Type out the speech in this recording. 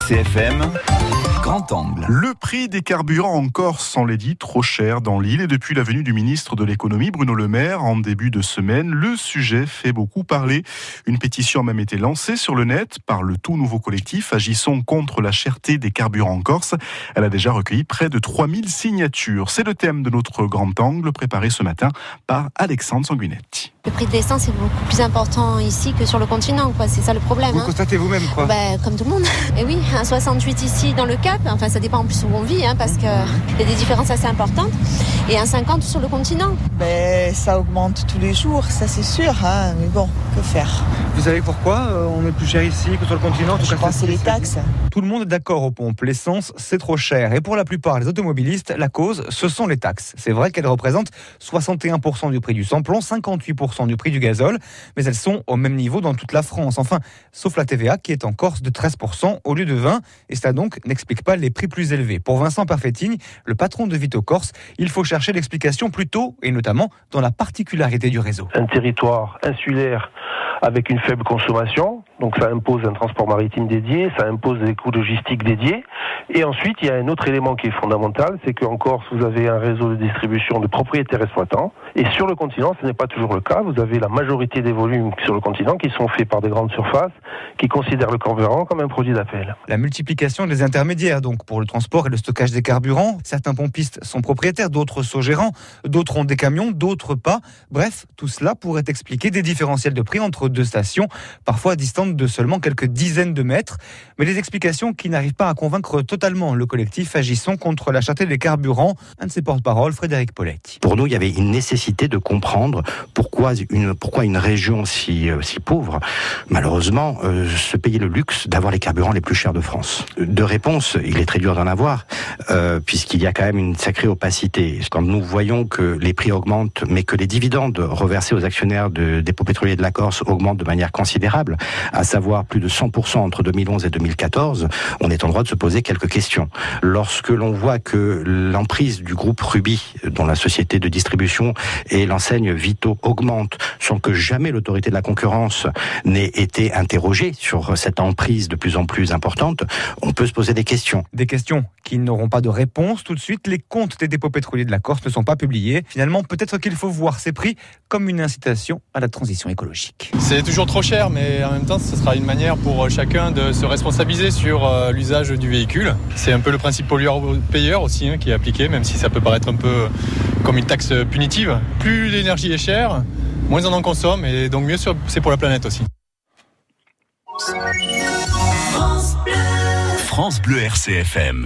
RCFM, Grand Angle. Le prix des carburants en Corse, on l'a dit, trop cher dans l'île. Et depuis la venue du ministre de l'économie, Bruno Le Maire, en début de semaine, le sujet fait beaucoup parler. Une pétition a même été lancée sur le net par le tout nouveau collectif Agissons contre la cherté des carburants en Corse. Elle a déjà recueilli près de 3000 signatures. C'est le thème de notre Grand Angle, préparé ce matin par Alexandre Sanguinetti. Le prix de l'essence est beaucoup plus important ici que sur le continent, quoi. C'est ça le problème. Vous constatez vous-même, quoi. Comme tout le monde. Et oui, un 68 ici dans le Cap, enfin ça dépend en plus où on vit, parce qu'il y a des différences assez importantes. Et un 50 sur le continent. Ça augmente tous les jours, ça c'est sûr, mais bon, que faire? Vous savez pourquoi on est plus cher ici que sur le continent? Je pense que c'est les taxes. Tout le monde est d'accord aux pompes, l'essence c'est trop cher. Et pour la plupart des automobilistes, la cause, ce sont les taxes. C'est vrai qu'elles représentent 61% du prix du samplon, 58% du prix du gazole, mais elles sont au même niveau dans toute la France. Enfin, sauf la TVA qui est en Corse de 13% au lieu de 20%, et cela donc n'explique pas les prix plus élevés. Pour Vincent Perfettini, le patron de Vito Corse, il faut chercher l'explication plus tôt, et notamment dans la particularité du réseau. Un territoire insulaire avec une faible consommation, donc ça impose un transport maritime dédié, ça impose des coûts logistiques dédiés. Et ensuite, il y a un autre élément qui est fondamental, c'est qu'en Corse, vous avez un réseau de distribution de propriétaires exploitants. Et sur le continent, ce n'est pas toujours le cas. Vous avez la majorité des volumes sur le continent qui sont faits par des grandes surfaces qui considèrent le carburant comme un produit d'appel. La multiplication des intermédiaires, donc pour le transport et le stockage des carburants. Certains pompistes sont propriétaires, d'autres sont gérants, d'autres ont des camions, d'autres pas. Bref, tout cela pourrait expliquer des différentiels de prix entre deux stations, parfois distantes de seulement quelques dizaines de mètres. Mais des explications qui n'arrivent pas à convaincre totalement le collectif Agissons contre la cherté des carburants. Un de ses porte-parole, Frédéric Poletti. Pour nous, il y avait une nécessité de comprendre pourquoi une région si pauvre, malheureusement, se payait le luxe d'avoir les carburants les plus chers de France. De réponse, il est très dur d'en avoir, puisqu'il y a quand même une sacrée opacité. Quand nous voyons que les prix augmentent, mais que les dividendes reversés aux actionnaires des dépôts pétroliers de la Corse augmentent de manière considérable, à savoir plus de 100% entre 2011 et 2014, on est en droit de se poser quelques questions. Lorsque l'on voit que l'emprise du groupe Ruby, dont la société de distribution et l'enseigne Vito augmente, sans que jamais l'autorité de la concurrence n'ait été interrogée sur cette emprise de plus en plus importante, on peut se poser des questions. Des questions qui n'auront pas de réponse tout de suite. Les comptes des dépôts pétroliers de la Corse ne sont pas publiés. Finalement, peut-être qu'il faut voir ces prix comme une incitation à la transition écologique. C'est toujours trop cher, mais en même temps, ce sera une manière pour chacun de se responsabiliser sur l'usage du véhicule. C'est un peu le principe pollueur-payeur aussi qui est appliqué, même si ça peut paraître un peu comme une taxe punitive. Plus l'énergie est chère, moins on en consomme, et donc mieux c'est pour la planète aussi. France Bleu RCFM.